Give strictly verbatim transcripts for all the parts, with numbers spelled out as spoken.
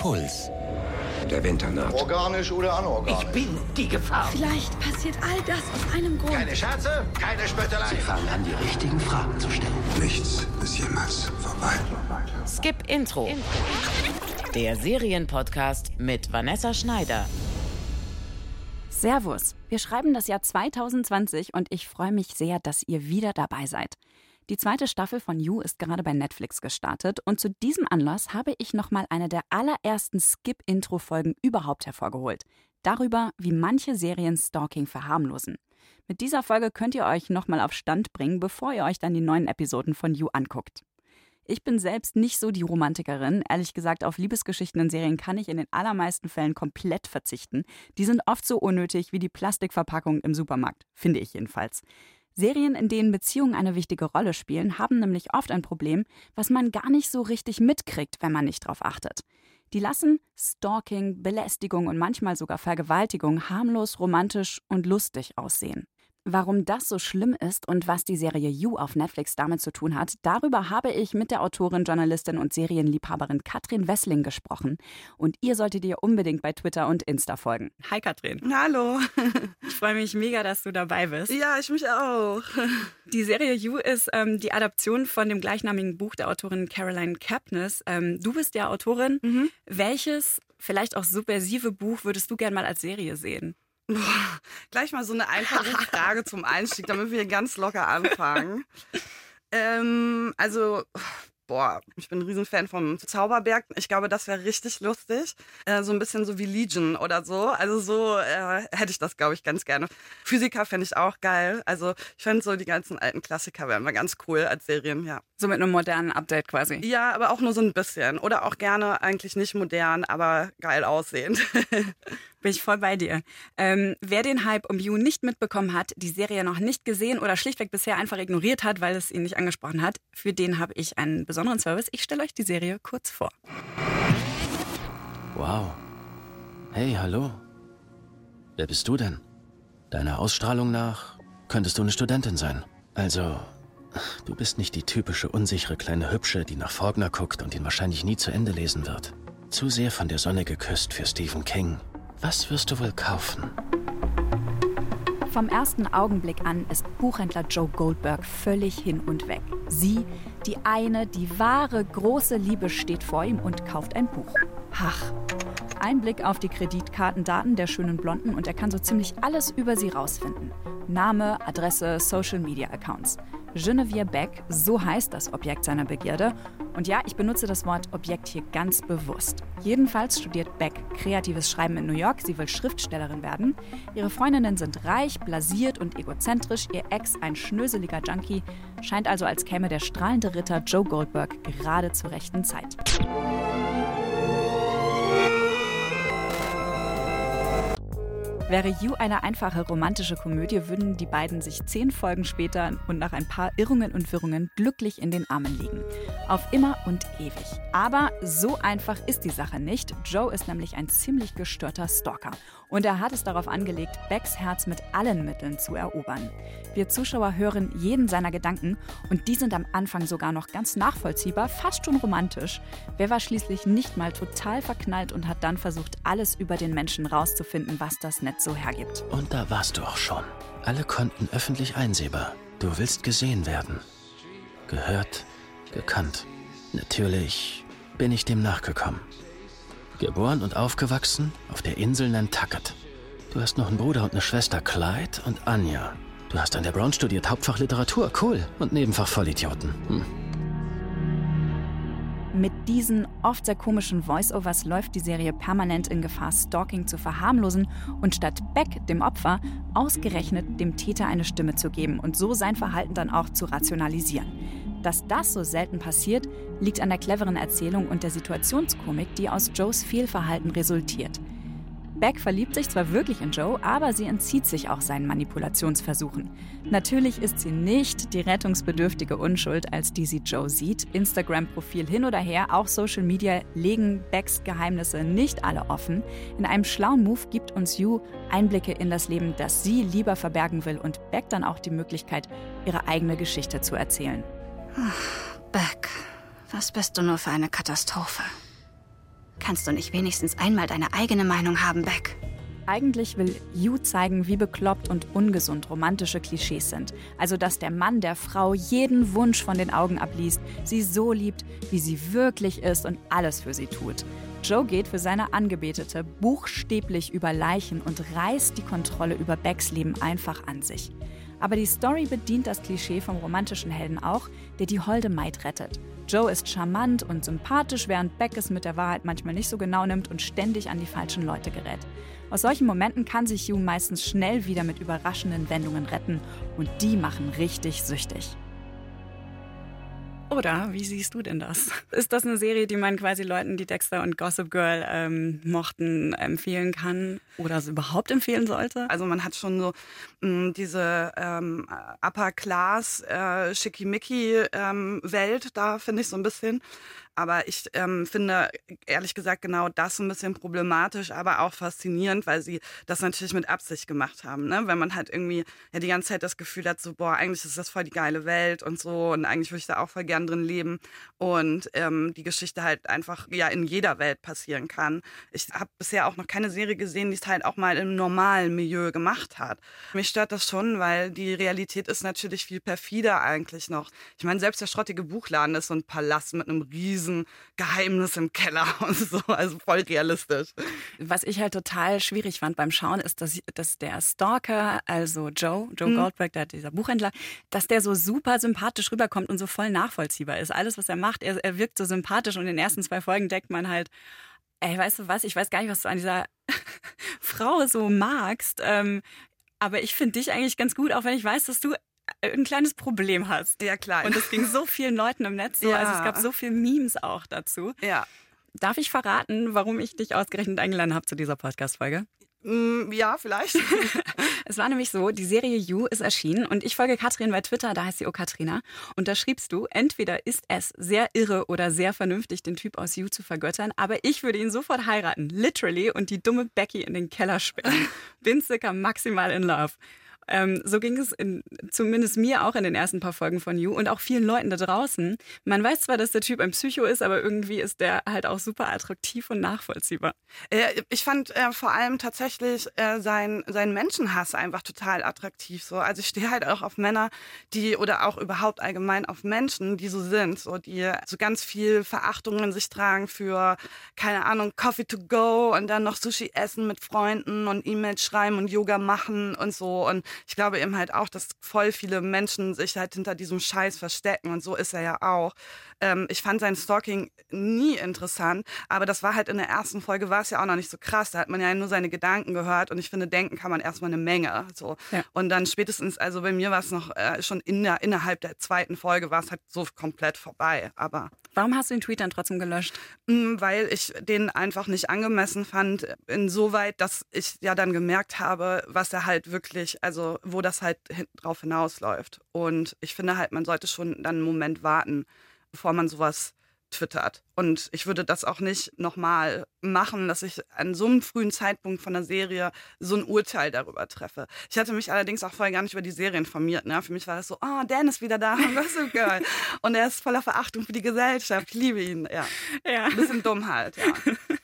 Puls. Der Winter naht. Organisch oder anorganisch? Ich bin die Gefahr. Vielleicht passiert all das aus einem Grund. Keine Scherze, keine Spöttelei. Sie fangen an, die richtigen Fragen zu stellen. Nichts ist jemals vorbei. Skip Intro. Der Serienpodcast mit Vanessa Schneider. Servus, wir schreiben das Jahr zwanzig zwanzig und ich freue mich sehr, dass ihr wieder dabei seid. Die zweite Staffel von You ist gerade bei Netflix gestartet und zu diesem Anlass habe ich nochmal eine der allerersten Skip-Intro-Folgen überhaupt hervorgeholt. Darüber, wie manche Serien Stalking verharmlosen. Mit dieser Folge könnt ihr euch nochmal auf Stand bringen, bevor ihr euch dann die neuen Episoden von You anguckt. Ich bin selbst nicht so die Romantikerin. Ehrlich gesagt, auf Liebesgeschichten in Serien kann ich in den allermeisten Fällen komplett verzichten. Die sind oft so unnötig wie die Plastikverpackung im Supermarkt, finde ich jedenfalls. Serien, in denen Beziehungen eine wichtige Rolle spielen, haben nämlich oft ein Problem, was man gar nicht so richtig mitkriegt, wenn man nicht drauf achtet. Die lassen Stalking, Belästigung und manchmal sogar Vergewaltigung harmlos, romantisch und lustig aussehen. Warum das so schlimm ist und was die Serie You auf Netflix damit zu tun hat, darüber habe ich mit der Autorin, Journalistin und Serienliebhaberin Katrin Wessling gesprochen. Und ihr solltet ihr unbedingt bei Twitter und Insta folgen. Hi Katrin. Hallo. Ich freue mich mega, dass du dabei bist. Ja, ich mich auch. Die Serie You ist ähm, die Adaption von dem gleichnamigen Buch der Autorin Caroline Kepnes. Ähm, du bist ja Autorin. Mhm. Welches, vielleicht auch subversive Buch würdest du gern mal als Serie sehen? Boah, gleich mal so eine einfache Frage zum Einstieg, damit wir ganz locker anfangen. ähm, also, boah, ich bin ein Riesenfan vom Zauberberg. Ich glaube, das wäre richtig lustig. Äh, so ein bisschen so wie Legion oder so. Also so äh, hätte ich das, glaube ich, ganz gerne. Physiker fände ich auch geil. Also ich fände so die ganzen alten Klassiker wären mal ganz cool als Serien, ja. So mit einem modernen Update quasi? Ja, aber auch nur so ein bisschen. Oder auch gerne eigentlich nicht modern, aber geil aussehend. Bin ich voll bei dir. Ähm, wer den Hype um You nicht mitbekommen hat, die Serie noch nicht gesehen oder schlichtweg bisher einfach ignoriert hat, weil es ihn nicht angesprochen hat, für den habe ich einen besonderen Service. Ich stelle euch die Serie kurz vor. Wow. Hey, hallo. Wer bist du denn? Deiner Ausstrahlung nach könntest du eine Studentin sein. Also, du bist nicht die typische unsichere kleine Hübsche, die nach Faulkner guckt und ihn wahrscheinlich nie zu Ende lesen wird. Zu sehr von der Sonne geküsst für Stephen King. Was wirst du wohl kaufen? Vom ersten Augenblick an ist Buchhändler Joe Goldberg völlig hin und weg. Sie, die eine, die wahre, große Liebe steht vor ihm und kauft ein Buch. Ach, ein Blick auf die Kreditkartendaten der schönen Blonden und er kann so ziemlich alles über sie rausfinden. Name, Adresse, Social-Media-Accounts. Genevieve Beck, so heißt das Objekt seiner Begierde. Und ja, ich benutze das Wort Objekt hier ganz bewusst. Jedenfalls studiert Beck kreatives Schreiben in New York. Sie will Schriftstellerin werden. Ihre Freundinnen sind reich, blasiert und egozentrisch. Ihr Ex ein schnöseliger Junkie. Scheint also, als käme der strahlende Ritter Joe Goldberg gerade zur rechten Zeit. Wäre You eine einfache romantische Komödie, würden die beiden sich zehn Folgen später und nach ein paar Irrungen und Wirrungen glücklich in den Armen liegen. Auf immer und ewig. Aber so einfach ist die Sache nicht. Joe ist nämlich ein ziemlich gestörter Stalker. Und er hat es darauf angelegt, Becks Herz mit allen Mitteln zu erobern. Wir Zuschauer hören jeden seiner Gedanken und die sind am Anfang sogar noch ganz nachvollziehbar, fast schon romantisch. Wer war schließlich nicht mal total verknallt und hat dann versucht, alles über den Menschen rauszufinden, was das Netz so hergibt. Und da warst du auch schon. Alle Konten öffentlich einsehbar. Du willst gesehen werden. Gehört, gekannt. Natürlich bin ich dem nachgekommen. Geboren und aufgewachsen auf der Insel Nantucket. Du hast noch einen Bruder und eine Schwester, Clyde und Anja. Du hast an der Brown studiert, Hauptfach Literatur, cool. Und Nebenfach Vollidioten. Hm. Mit diesen oft sehr komischen Voice-Overs läuft die Serie permanent in Gefahr, Stalking zu verharmlosen und statt Beck, dem Opfer, ausgerechnet dem Täter eine Stimme zu geben und so sein Verhalten dann auch zu rationalisieren. Dass das so selten passiert, liegt an der cleveren Erzählung und der Situationskomik, die aus Joes Fehlverhalten resultiert. Beck verliebt sich zwar wirklich in Joe, aber sie entzieht sich auch seinen Manipulationsversuchen. Natürlich ist sie nicht die rettungsbedürftige Unschuld, als die sie Joe sieht. Instagram-Profil hin oder her, auch Social Media legen Becks Geheimnisse nicht alle offen. In einem schlauen Move gibt uns You Einblicke in das Leben, das sie lieber verbergen will und Beck dann auch die Möglichkeit, ihre eigene Geschichte zu erzählen. Beck, was bist du nur für eine Katastrophe? Kannst du nicht wenigstens einmal deine eigene Meinung haben, Beck? Eigentlich will You zeigen, wie bekloppt und ungesund romantische Klischees sind. Also, dass der Mann der Frau jeden Wunsch von den Augen abliest, sie so liebt, wie sie wirklich ist und alles für sie tut. Joe geht für seine Angebetete buchstäblich über Leichen und reißt die Kontrolle über Becks Leben einfach an sich. Aber die Story bedient das Klischee vom romantischen Helden auch, der die holde Maid rettet. Joe ist charmant und sympathisch, während Beck es mit der Wahrheit manchmal nicht so genau nimmt und ständig an die falschen Leute gerät. Aus solchen Momenten kann sich Hugh meistens schnell wieder mit überraschenden Wendungen retten und die machen richtig süchtig. Oder wie siehst du denn das? Ist das eine Serie, die man quasi Leuten, die Dexter und Gossip Girl ähm, mochten, empfehlen kann oder es überhaupt empfehlen sollte? Also man hat schon so mh, diese ähm, Upper Class äh, Schickimicki ähm, Welt da, finde ich so ein bisschen. Aber ich ähm, finde, ehrlich gesagt, genau das ein bisschen problematisch, aber auch faszinierend, weil sie das natürlich mit Absicht gemacht haben. Ne? Wenn man halt irgendwie ja die ganze Zeit das Gefühl hat, so, boah, eigentlich ist das voll die geile Welt und so und eigentlich würde ich da auch voll gern drin leben und ähm, die Geschichte halt einfach ja in jeder Welt passieren kann. Ich habe bisher auch noch keine Serie gesehen, die es halt auch mal im normalen Milieu gemacht hat. Mich stört das schon, weil die Realität ist natürlich viel perfider eigentlich noch. Ich meine, selbst der schrottige Buchladen ist so ein Palast mit einem riesen Geheimnis im Keller und so, also voll realistisch. Was ich halt total schwierig fand beim Schauen, ist, dass, dass der Stalker, also Joe, Joe mhm. Goldberg, der, dieser Buchhändler, dass der so super sympathisch rüberkommt und so voll nachvollziehbar ist. Alles, was er macht, er, er wirkt so sympathisch und in den ersten zwei Folgen denkt man halt, ey, weißt du was, ich weiß gar nicht, was du an dieser Frau so magst, ähm, aber ich finde dich eigentlich ganz gut, auch wenn ich weiß, dass du ein kleines Problem hast. Ja, klar. Und es ging so vielen Leuten im Netz so, ja. also es gab so viele Memes auch dazu. Ja. Darf ich verraten, warum ich dich ausgerechnet eingeladen habe zu dieser Podcast-Folge? Mm, ja, vielleicht. Es war nämlich so, die Serie You ist erschienen und ich folge Katrin bei Twitter, da heißt sie O Katrina. Und da schriebst du, entweder ist es sehr irre oder sehr vernünftig, den Typ aus You zu vergöttern, aber ich würde ihn sofort heiraten, literally, und die dumme Becky in den Keller sperren. Bin circa maximal in love. Ähm, so ging es in, zumindest mir auch in den ersten paar Folgen von You und auch vielen Leuten da draußen. Man weiß zwar, dass der Typ ein Psycho ist, aber irgendwie ist der halt auch super attraktiv und nachvollziehbar. Äh, ich fand äh, vor allem tatsächlich äh, sein, sein Menschenhass einfach total attraktiv. So. Also ich stehe halt auch auf Männer, die oder auch überhaupt allgemein auf Menschen, die so sind, so, die so ganz viel Verachtung in sich tragen für, keine Ahnung, Coffee to go und dann noch Sushi essen mit Freunden und E-Mails schreiben und Yoga machen und so. Und ich glaube eben halt auch, dass voll viele Menschen sich halt hinter diesem Scheiß verstecken und so ist er ja auch. Ähm, ich fand sein Stalking nie interessant, aber das war halt in der ersten Folge, war es ja auch noch nicht so krass. Da hat man ja nur seine Gedanken gehört und ich finde, denken kann man erstmal eine Menge. So. Ja. Und dann spätestens, also bei mir war es noch äh, schon in der, innerhalb der zweiten Folge war es halt so komplett vorbei. Aber warum hast du den Tweet dann trotzdem gelöscht? Mh, weil ich den einfach nicht angemessen fand, insoweit, dass ich ja dann gemerkt habe, was er halt wirklich, also wo das halt drauf hinausläuft. Und ich finde halt, man sollte schon dann einen Moment warten, bevor man sowas twittert. Und ich würde das auch nicht nochmal machen, dass ich an so einem frühen Zeitpunkt von der Serie so ein Urteil darüber treffe. Ich hatte mich allerdings auch vorher gar nicht über die Serie informiert. Ne? Für mich war das so, oh, Dan ist wieder da, Gossip Girl. Und er ist voller Verachtung für die Gesellschaft. Ich liebe ihn. Ja. Ja. Ein bisschen dumm halt, ja.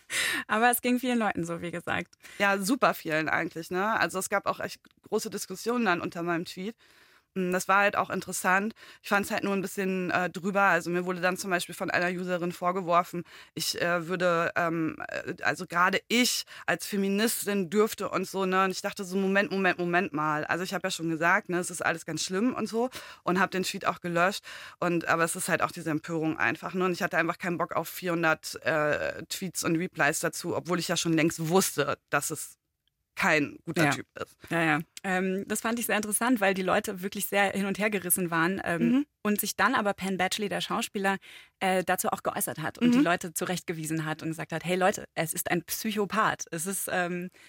Aber es ging vielen Leuten so, wie gesagt. Ja, super vielen eigentlich. Ne? Also es gab auch echt große Diskussionen dann unter meinem Tweet. Das war halt auch interessant. Ich fand es halt nur ein bisschen äh, drüber. Also mir wurde dann zum Beispiel von einer Userin vorgeworfen, ich äh, würde, ähm, also gerade ich als Feministin dürfte und so, ne? Und ich dachte so, Moment, Moment, Moment mal. Also ich habe ja schon gesagt, ne, es ist alles ganz schlimm und so und habe den Tweet auch gelöscht. Und aber es ist halt auch diese Empörung einfach. Ne? Und ich hatte einfach keinen Bock auf vierhundert äh, Tweets und Replies dazu, obwohl ich ja schon längst wusste, dass es kein guter ja. Typ ist. Ja, ja. Ähm, das fand ich sehr interessant, weil die Leute wirklich sehr hin und her gerissen waren ähm, mhm. und sich dann aber Penn Badgley, der Schauspieler, äh, dazu auch geäußert hat und mhm. die Leute zurechtgewiesen hat und gesagt hat, hey Leute, es ist ein Psychopath. Es ist, ähm,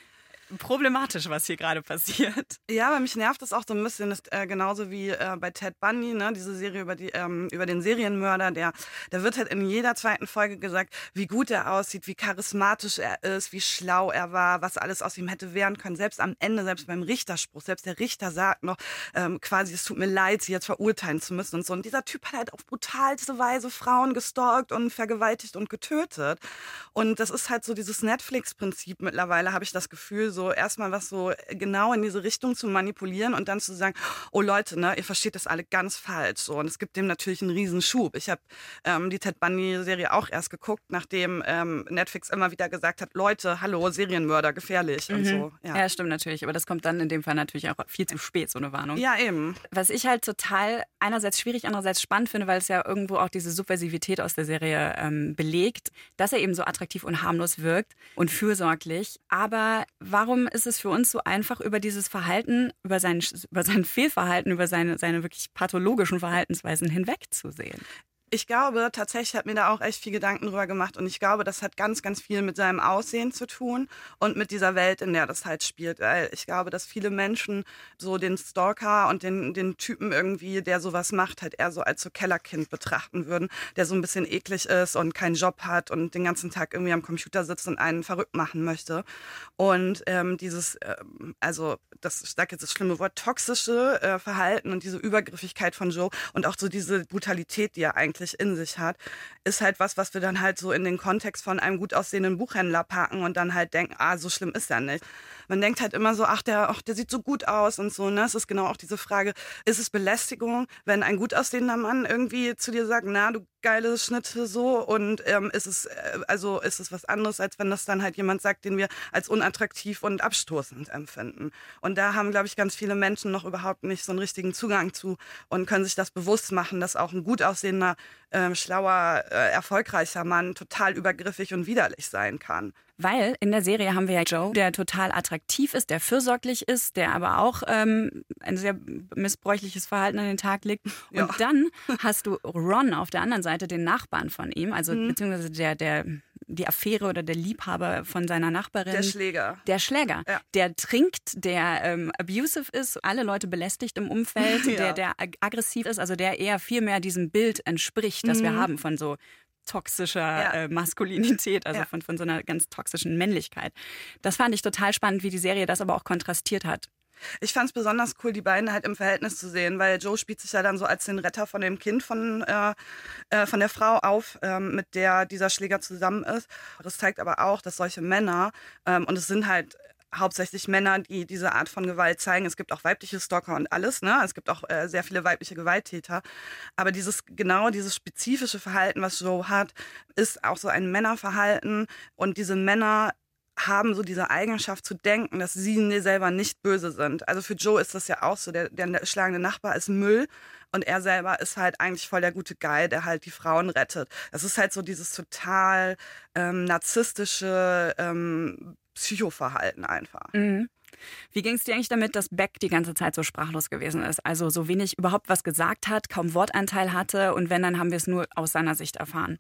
problematisch, was hier gerade passiert. Ja, aber mich nervt es auch so ein bisschen, das, äh, genauso wie äh, bei Ted Bundy, ne, diese Serie über, die, ähm, über den Serienmörder, der, der wird halt in jeder zweiten Folge gesagt, wie gut er aussieht, wie charismatisch er ist, wie schlau er war, was alles aus ihm hätte werden können. Selbst am Ende, selbst beim Richterspruch, selbst der Richter sagt noch ähm, quasi, es tut mir leid, sie jetzt verurteilen zu müssen und so. Und dieser Typ hat halt auf brutalste Weise Frauen gestalkt und vergewaltigt und getötet. Und das ist halt so dieses Netflix-Prinzip mittlerweile, habe ich das Gefühl, so erstmal was so genau in diese Richtung zu manipulieren und dann zu sagen, oh Leute, ne, ihr versteht das alle ganz falsch. So. Und es gibt dem natürlich einen Riesenschub. Ich habe ähm, die Ted Bundy-Serie auch erst geguckt, nachdem ähm, Netflix immer wieder gesagt hat, Leute, hallo, Serienmörder, gefährlich mhm. und so. Ja. ja, stimmt natürlich. Aber das kommt dann in dem Fall natürlich auch viel zu spät, so eine Warnung. Ja, eben. Was ich halt total einerseits schwierig, andererseits spannend finde, weil es ja irgendwo auch diese Subversivität aus der Serie ähm, belegt, dass er eben so attraktiv und harmlos wirkt und fürsorglich. Aber warum ist es für uns so einfach, über dieses Verhalten, über sein, über sein Fehlverhalten, über seine, seine wirklich pathologischen Verhaltensweisen hinwegzusehen? Ich glaube, tatsächlich hat mir da auch echt viel Gedanken drüber gemacht und ich glaube, das hat ganz, ganz viel mit seinem Aussehen zu tun und mit dieser Welt, in der das halt spielt. Weil ich glaube, dass viele Menschen so den Stalker und den, den Typen irgendwie, der sowas macht, halt eher so als so Kellerkind betrachten würden, der so ein bisschen eklig ist und keinen Job hat und den ganzen Tag irgendwie am Computer sitzt und einen verrückt machen möchte. Und ähm, dieses, ähm, also das, ich sage jetzt das schlimme Wort, toxische äh, Verhalten und diese Übergriffigkeit von Joe und auch so diese Brutalität, die er eigentlich in sich hat, ist halt was, was wir dann halt so in den Kontext von einem gut aussehenden Buchhändler packen und dann halt denken, ah, so schlimm ist er nicht. Man denkt halt immer so, ach, der, ach, der sieht so gut aus und so, ne? Es ist genau auch diese Frage, ist es Belästigung, wenn ein gut aussehender Mann irgendwie zu dir sagt, na, du geile Schnitte so und ähm, ist es, äh, also ist es was anderes, als wenn das dann halt jemand sagt, den wir als unattraktiv und abstoßend empfinden. Und da haben, glaube ich, ganz viele Menschen noch überhaupt nicht so einen richtigen Zugang zu und können sich das bewusst machen, dass auch ein gut aussehender, äh, schlauer, äh, erfolgreicher Mann total übergriffig und widerlich sein kann. Weil in der Serie haben wir ja Joe, der total attraktiv ist, der fürsorglich ist, der aber auch ähm, ein sehr missbräuchliches Verhalten an den Tag legt. Und ja. dann hast du Ron auf der anderen Seite, den Nachbarn von ihm, also mhm. beziehungsweise der, der die Affäre oder der Liebhaber von seiner Nachbarin. Der Schläger. Der Schläger. Ja. Der trinkt, der ähm, abusive ist, alle Leute belästigt im Umfeld, ja. der, der ag- aggressiv ist, also der eher viel mehr diesem Bild entspricht, das mhm. wir haben von so toxischer ja. äh, Maskulinität, also ja. von, von so einer ganz toxischen Männlichkeit. Das fand ich total spannend, wie die Serie das aber auch kontrastiert hat. Ich fand es besonders cool, die beiden halt im Verhältnis zu sehen, weil Joe spielt sich ja dann so als den Retter von dem Kind von, äh, äh, von der Frau auf, ähm, mit der dieser Schläger zusammen ist. Das zeigt aber auch, dass solche Männer, ähm, und es sind halt hauptsächlich Männer, die diese Art von Gewalt zeigen. Es gibt auch weibliche Stalker und alles, ne? Es gibt auch äh, sehr viele weibliche Gewalttäter. Aber dieses genau dieses spezifische Verhalten, was Joe hat, ist auch so ein Männerverhalten. Und diese Männer haben so diese Eigenschaft zu denken, dass sie selber nicht böse sind. Also für Joe ist das ja auch so, der, der schlagende Nachbar ist Müll und er selber ist halt eigentlich voll der gute Guy, der halt die Frauen rettet. Das ist halt so dieses total ähm, narzisstische ähm, Psychoverhalten einfach. Mhm. Wie ging es dir eigentlich damit, dass Beck die ganze Zeit so sprachlos gewesen ist? Also so wenig überhaupt was gesagt hat, kaum Wortanteil hatte und wenn, dann haben wir es nur aus seiner Sicht erfahren.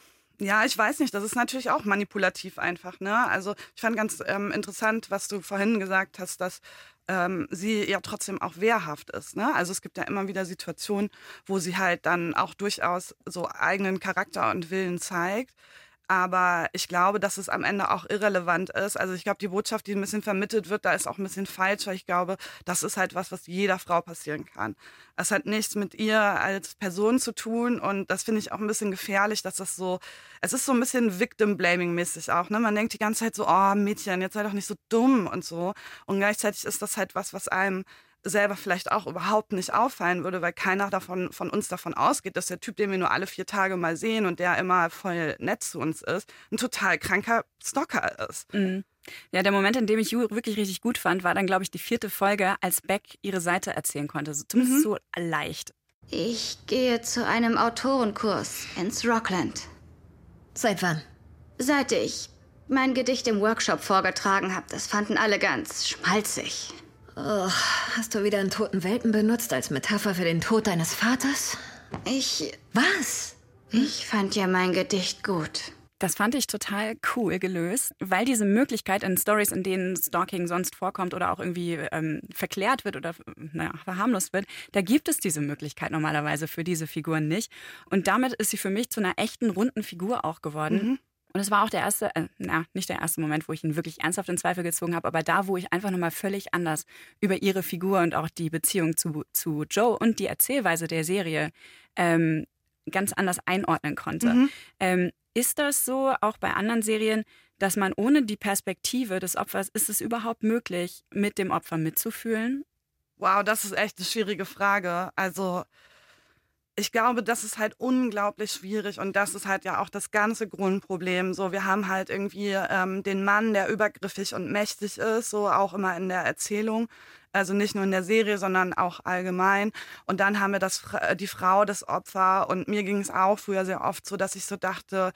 Ja, ich weiß nicht, das ist natürlich auch manipulativ einfach, ne? Also ich fand ganz ähm, interessant, was du vorhin gesagt hast, dass ähm, sie ja trotzdem auch wehrhaft ist, ne? Also es gibt ja immer wieder Situationen, wo sie halt dann auch durchaus so eigenen Charakter und Willen zeigt. Aber ich glaube, dass es am Ende auch irrelevant ist. Also ich glaube, die Botschaft, die ein bisschen vermittelt wird, da ist auch ein bisschen falsch, weil ich glaube, das ist halt was, was jeder Frau passieren kann. Es hat nichts mit ihr als Person zu tun und das finde ich auch ein bisschen gefährlich, dass das so, es ist so ein bisschen Victim-Blaming-mäßig auch, ne? Man denkt die ganze Zeit so, oh Mädchen, jetzt sei doch nicht so dumm und so. Und gleichzeitig ist das halt was, was einem selber vielleicht auch überhaupt nicht auffallen würde, weil keiner davon von uns davon ausgeht, dass der Typ, den wir nur alle vier Tage mal sehen und der immer voll nett zu uns ist, ein total kranker Stalker ist. Mhm. Ja, der Moment, in dem ich Ju wirklich richtig gut fand, war dann, glaube ich, die vierte Folge, als Beck ihre Seite erzählen konnte. So, zumindest mhm. so leicht. Ich gehe zu einem Autorenkurs ins Rockland. Seit wann? Seit ich mein Gedicht im Workshop vorgetragen habe. Das fanden alle ganz schmalzig. Oh, hast du wieder einen toten Welpen benutzt als Metapher für den Tod deines Vaters? Ich... Was? Ich fand ja mein Gedicht gut. Das fand ich total cool gelöst, weil diese Möglichkeit in Stories, in denen Stalking sonst vorkommt oder auch irgendwie ähm, verklärt wird oder naja, verharmlost wird, da gibt es diese Möglichkeit normalerweise für diese Figuren nicht. Und damit ist sie für mich zu einer echten, runden Figur auch geworden. Mhm. Und es war auch der erste, äh, na, nicht der erste Moment, wo ich ihn wirklich ernsthaft in Zweifel gezogen habe, aber da, wo ich einfach nochmal völlig anders über ihre Figur und auch die Beziehung zu, zu Joe und die Erzählweise der Serie ähm, ganz anders einordnen konnte. Mhm. Ähm, Ist das so, auch bei anderen Serien, dass man ohne die Perspektive des Opfers, ist es überhaupt möglich, mit dem Opfer mitzufühlen? Wow, das ist echt eine schwierige Frage. Also ich glaube, das ist halt unglaublich schwierig und das ist halt ja auch das ganze Grundproblem. So, wir haben halt irgendwie ähm, den Mann, der übergriffig und mächtig ist, so auch immer in der Erzählung. Also nicht nur in der Serie, sondern auch allgemein. Und dann haben wir das, die Frau, das Opfer. Und mir ging es auch früher sehr oft so, dass ich so dachte,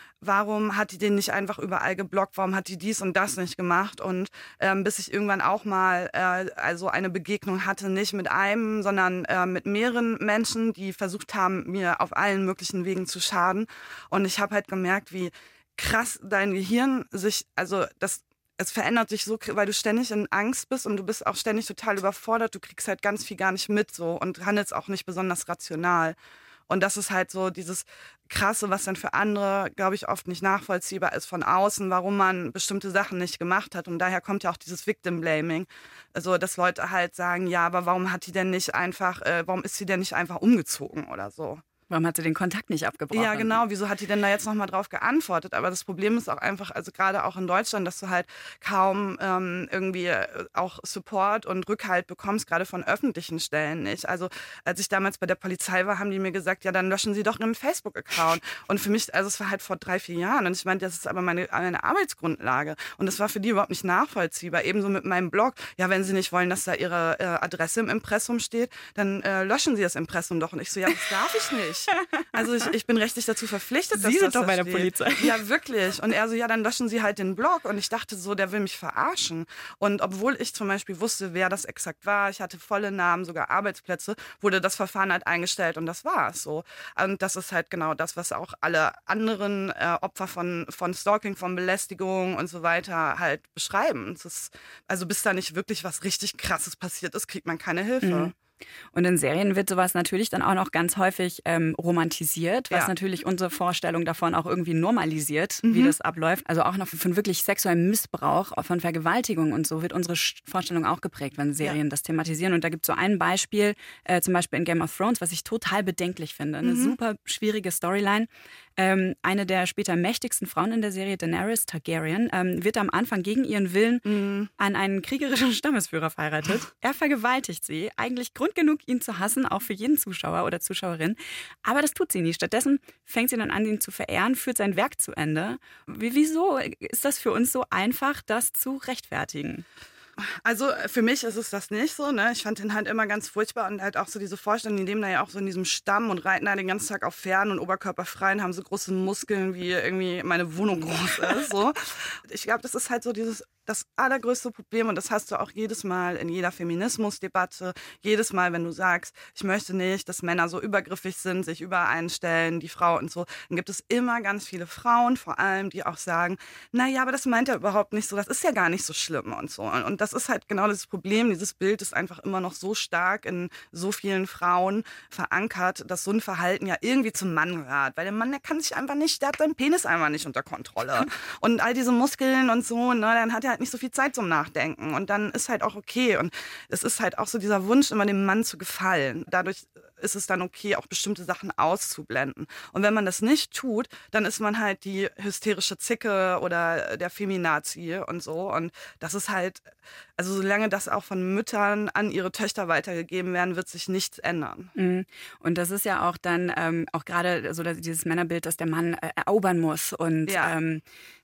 warum hat die den nicht einfach überall geblockt? Warum hat die dies und das nicht gemacht? Und ähm, bis ich irgendwann auch mal äh, also eine Begegnung hatte, nicht mit einem, sondern äh, mit mehreren Menschen, die versucht haben, mir auf allen möglichen Wegen zu schaden. Und ich habe halt gemerkt, wie krass dein Gehirn sich, also das Es verändert sich so, weil du ständig in Angst bist und du bist auch ständig total überfordert. Du kriegst halt ganz viel gar nicht mit so und handelst auch nicht besonders rational. Und das ist halt so dieses Krasse, was dann für andere, glaube ich, oft nicht nachvollziehbar ist von außen, warum man bestimmte Sachen nicht gemacht hat. Und daher kommt ja auch dieses Victim-Blaming. Also, dass Leute halt sagen, ja, aber warum hat die denn nicht einfach, äh, warum ist sie denn nicht einfach umgezogen oder so? Warum hat sie den Kontakt nicht abgebrochen? Ja, genau. Wieso hat die denn da jetzt nochmal drauf geantwortet? Aber das Problem ist auch einfach, also gerade auch in Deutschland, dass du halt kaum ähm, irgendwie auch Support und Rückhalt bekommst, gerade von öffentlichen Stellen nicht. Also als ich damals bei der Polizei war, haben die mir gesagt, ja, dann löschen Sie doch Ihren Facebook-Account. Und für mich, also es war halt vor drei, vier Jahren. Und ich meinte, das ist aber meine, meine Arbeitsgrundlage. Und das war für die überhaupt nicht nachvollziehbar. Ebenso mit meinem Blog. Ja, wenn Sie nicht wollen, dass da Ihre äh, Adresse im Impressum steht, dann äh, löschen Sie das Impressum doch. Und ich so, ja, das darf ich nicht. Also ich, ich bin rechtlich dazu verpflichtet, dass Sie sind das doch bei der steht. Polizei. Ja, wirklich. Und er so, ja, dann löschen Sie halt den Blog. Und ich dachte so, der will mich verarschen. Und obwohl ich zum Beispiel wusste, wer das exakt war, ich hatte volle Namen, sogar Arbeitsplätze, wurde das Verfahren halt eingestellt und das war es so. Und das ist halt genau das, was auch alle anderen äh, Opfer von, von Stalking, von Belästigung und so weiter halt beschreiben. Es ist, also bis da nicht wirklich was richtig Krasses passiert ist, kriegt man keine Hilfe. Mhm. Und in Serien wird sowas natürlich dann auch noch ganz häufig ähm, romantisiert, was ja. natürlich unsere Vorstellung davon auch irgendwie normalisiert, Mhm. wie das abläuft. Also auch noch von wirklich sexuellem Missbrauch, auch von Vergewaltigung und so wird unsere Vorstellung auch geprägt, wenn Serien ja. das thematisieren. Und da gibt es so ein Beispiel, äh, zum Beispiel in Game of Thrones, was ich total bedenklich finde. Eine mhm. super schwierige Storyline. Ähm, eine der später mächtigsten Frauen in der Serie, Daenerys Targaryen, ähm, wird am Anfang gegen ihren Willen mhm. an einen kriegerischen Stammesführer verheiratet. Er vergewaltigt sie, eigentlich Grund genug, ihn zu hassen, auch für jeden Zuschauer oder Zuschauerin. Aber das tut sie nie. Stattdessen fängt sie dann an, ihn zu verehren, führt sein Werk zu Ende. Wie, wieso ist das für uns so einfach, das zu rechtfertigen? Also für mich ist es das nicht so, ne? Ich fand den halt immer ganz furchtbar und halt auch so diese Vorstellung, die leben da ja auch so in diesem Stamm und reiten da den ganzen Tag auf Pferden und oberkörperfrei und haben so große Muskeln, wie irgendwie meine Wohnung groß ist, so. Ich glaube, das ist halt so dieses, das allergrößte Problem und das hast du auch jedes Mal in jeder Feminismusdebatte, jedes Mal, wenn du sagst, ich möchte nicht, dass Männer so übergriffig sind, sich übereinstellen, die Frau und so, dann gibt es immer ganz viele Frauen, vor allem, die auch sagen, naja, aber das meint er überhaupt nicht so, das ist ja gar nicht so schlimm und so. Und das ist halt genau das Problem, dieses Bild ist einfach immer noch so stark in so vielen Frauen verankert, dass so ein Verhalten ja irgendwie zum Mann gehört, weil der Mann, der kann sich einfach nicht, der hat seinen Penis einfach nicht unter Kontrolle und all diese Muskeln und so, ne, dann hat er halt nicht so viel Zeit zum Nachdenken und dann ist halt auch okay und es ist halt auch so dieser Wunsch, immer dem Mann zu gefallen. Dadurch ist es dann okay, auch bestimmte Sachen auszublenden. Und wenn man das nicht tut, dann ist man halt die hysterische Zicke oder der Feminazi und so. Und das ist halt, also solange das auch von Müttern an ihre Töchter weitergegeben werden, wird sich nichts ändern. Mhm. Und das ist ja auch dann ähm, auch gerade so dass dieses Männerbild, dass der Mann äh, erobern muss und ja. ähm,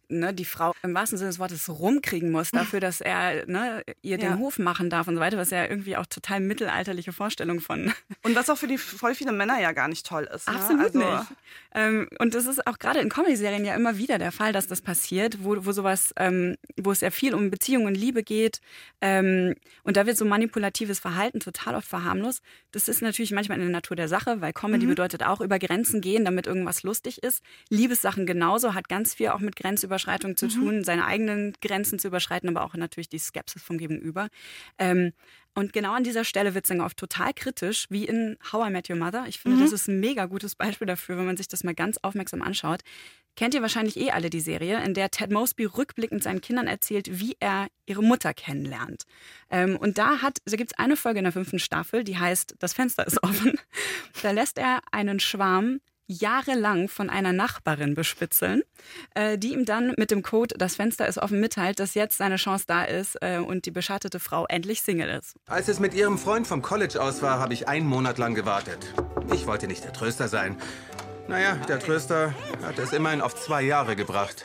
ne, die Frau im wahrsten Sinne des Wortes rumkriegen muss dafür, dass er ne, ihr den Ja. Hof machen darf und so weiter, was ja irgendwie auch total mittelalterliche Vorstellung von. Und was auch für die voll viele Männer ja gar nicht toll ist. Ne? Absolut also, nicht. Ähm, und das ist auch gerade in Comedy-Serien ja immer wieder der Fall, dass das passiert, wo, wo sowas, ähm, wo es ja viel um Beziehung und Liebe geht. Ähm, und da wird so manipulatives Verhalten total oft verharmlost. Das ist natürlich manchmal in der Natur der Sache, weil Comedy mhm. bedeutet auch über Grenzen gehen, damit irgendwas lustig ist. Liebessachen genauso, hat ganz viel auch mit Grenzüberschreitung zu mhm. tun, seine eigenen Grenzen zu überschreiten, aber auch natürlich die Skepsis vom Gegenüber. Ähm, Und genau an dieser Stelle wird es dann oft total kritisch, wie in How I Met Your Mother. Ich finde, mhm. das ist ein mega gutes Beispiel dafür, wenn man sich das mal ganz aufmerksam anschaut. Kennt ihr wahrscheinlich eh alle die Serie, in der Ted Mosby rückblickend seinen Kindern erzählt, wie er ihre Mutter kennenlernt. Ähm, und da, hat, da gibt es eine Folge in der fünften Staffel, die heißt Das Fenster ist offen. Da lässt er einen Schwarm jahrelang von einer Nachbarin bespitzeln, äh, die ihm dann mit dem Code Das Fenster ist offen mitteilt, dass jetzt seine Chance da ist äh, und die beschattete Frau endlich Single ist. Als es mit ihrem Freund vom College aus war, habe ich einen Monat lang gewartet. Ich wollte nicht der Tröster sein. Naja, der Tröster hat es immerhin auf zwei Jahre gebracht.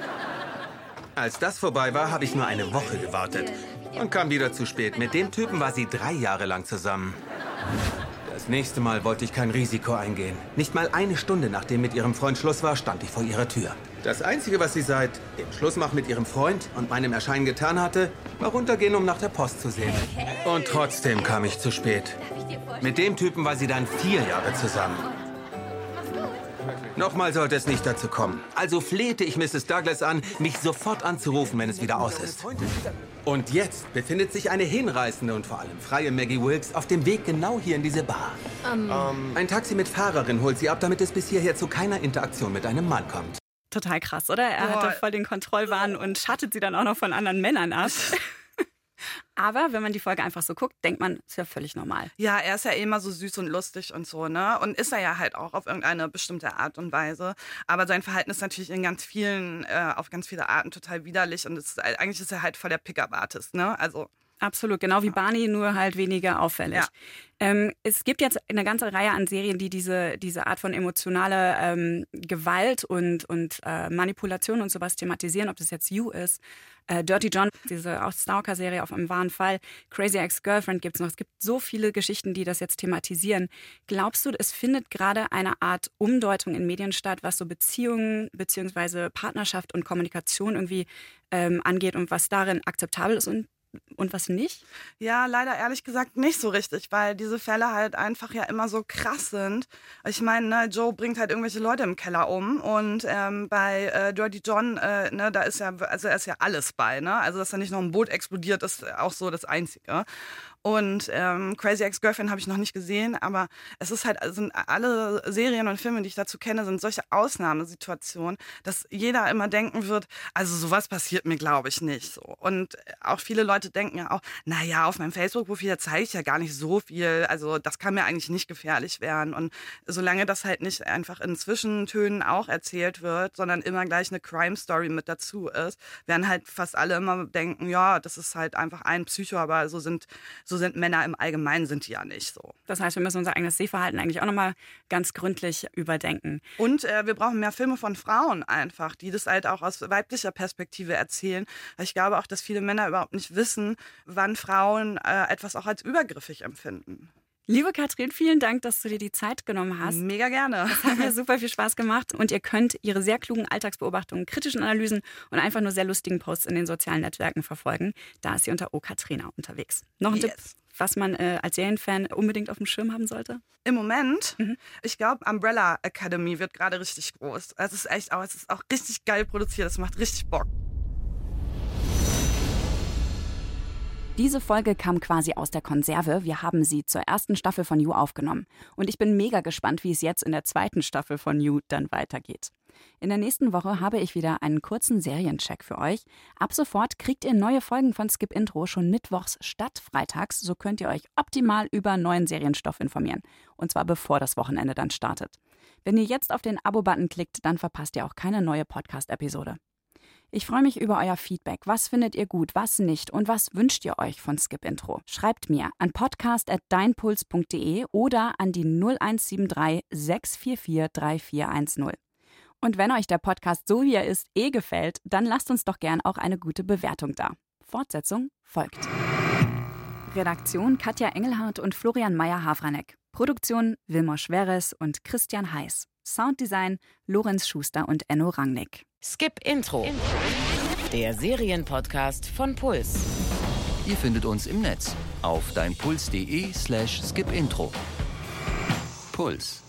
Als das vorbei war, habe ich nur eine Woche gewartet und kam wieder zu spät. Mit dem Typen war sie drei Jahre lang zusammen. Das nächste Mal wollte ich kein Risiko eingehen. Nicht mal eine Stunde nachdem mit ihrem Freund Schluss war, stand ich vor ihrer Tür. Das Einzige, was sie seit dem Schlussmach mit ihrem Freund und meinem Erscheinen getan hatte, war runtergehen, um nach der Post zu sehen. Und trotzdem kam ich zu spät. Mit dem Typen war sie dann vier Jahre zusammen. Nochmal sollte es nicht dazu kommen. Also flehte ich Misses Douglas an, mich sofort anzurufen, wenn es wieder aus ist. Und jetzt befindet sich eine hinreißende und vor allem freie Maggie Wilkes auf dem Weg genau hier in diese Bar. Um. Um, ein Taxi mit Fahrerin holt sie ab, damit es bis hierher zu keiner Interaktion mit einem Mann kommt. Total krass, oder? Er Boah. hatte voll den Kontrollwahn und schattet sie dann auch noch von anderen Männern ab. Aber wenn man die Folge einfach so guckt, denkt man, ist ja völlig normal. Ja, er ist ja eh immer so süß und lustig und so, ne? Und ist er ja halt auch auf irgendeine bestimmte Art und Weise. Aber sein Verhalten ist natürlich in ganz vielen, äh, auf ganz viele Arten total widerlich. Und es ist, eigentlich ist er halt voll der Pickup-Artist, ne? Also absolut, genau wie Barney, nur halt weniger auffällig. Ja. Ähm, es gibt jetzt eine ganze Reihe an Serien, die diese, diese Art von emotionaler ähm, Gewalt und, und äh, Manipulation und sowas thematisieren, ob das jetzt You ist, äh, Dirty John, diese auch Stalker-Serie auf einem wahren Fall, Crazy Ex-Girlfriend gibt es noch. Es gibt so viele Geschichten, die das jetzt thematisieren. Glaubst du, es findet gerade eine Art Umdeutung in Medien statt, was so Beziehungen bzw. Partnerschaft und Kommunikation irgendwie ähm, angeht und was darin akzeptabel ist und Und was nicht? Ja, leider ehrlich gesagt nicht so richtig, weil diese Fälle halt einfach ja immer so krass sind. Ich meine, ne, Joe bringt halt irgendwelche Leute im Keller um und ähm, bei äh, Dirty John, äh, ne, da ist ja, also er ist ja alles bei, ne? Also dass da nicht noch ein Boot explodiert, ist auch so das Einzige. Und ähm, Crazy Ex-Girlfriend habe ich noch nicht gesehen, aber es ist halt, also alle Serien und Filme, die ich dazu kenne, sind solche Ausnahmesituationen, dass jeder immer denken wird, also sowas passiert mir, glaube ich, nicht so. Und auch viele Leute denken ja auch, naja, auf meinem Facebook-Profil zeige ich ja gar nicht so viel, also das kann mir eigentlich nicht gefährlich werden. Und solange das halt nicht einfach in Zwischentönen auch erzählt wird, sondern immer gleich eine Crime-Story mit dazu ist, werden halt fast alle immer denken, ja, das ist halt einfach ein Psycho, aber so sind so sind Männer im Allgemeinen sind die ja nicht so. Das heißt, wir müssen unser eigenes Sehverhalten eigentlich auch nochmal ganz gründlich überdenken. Und äh, wir brauchen mehr Filme von Frauen einfach, die das halt auch aus weiblicher Perspektive erzählen. Ich glaube auch, dass viele Männer überhaupt nicht wissen, wann Frauen äh, etwas auch als übergriffig empfinden. Liebe Katrin, vielen Dank, dass du dir die Zeit genommen hast. Mega gerne. Das hat mir super viel Spaß gemacht und ihr könnt ihre sehr klugen Alltagsbeobachtungen, kritischen Analysen und einfach nur sehr lustigen Posts in den sozialen Netzwerken verfolgen. Da ist sie unter Okatrina unterwegs. Noch ein yes. Tipp, was man äh, als Serienfan unbedingt auf dem Schirm haben sollte? Im Moment, mhm. ich glaube, Umbrella Academy wird gerade richtig groß. Es ist echt auch, es ist auch richtig geil produziert, es macht richtig Bock. Diese Folge kam quasi aus der Konserve. Wir haben sie zur ersten Staffel von You aufgenommen. Und ich bin mega gespannt, wie es jetzt in der zweiten Staffel von You dann weitergeht. In der nächsten Woche habe ich wieder einen kurzen Seriencheck für euch. Ab sofort kriegt ihr neue Folgen von Skip Intro schon mittwochs statt freitags. So könnt ihr euch optimal über neuen Serienstoff informieren. Und zwar bevor das Wochenende dann startet. Wenn ihr jetzt auf den Abo-Button klickt, dann verpasst ihr auch keine neue Podcast-Episode. Ich freue mich über euer Feedback. Was findet ihr gut, was nicht und was wünscht ihr euch von Skip Intro? Schreibt mir an podcast at deinpuls punkt de oder an die null eins sieben drei sechs vier vier drei vier eins null. Und wenn euch der Podcast so wie er ist eh gefällt, dann lasst uns doch gern auch eine gute Bewertung da. Fortsetzung folgt. Redaktion Katja Engelhardt und Florian Meyer-Havranek. Produktion Wilmar Schweres und Christian Heiß. Sounddesign Lorenz Schuster und Enno Rangnick. Skip Intro. Der Serienpodcast von Puls. Ihr findet uns im Netz auf deinpuls.de slash skipintro. Puls.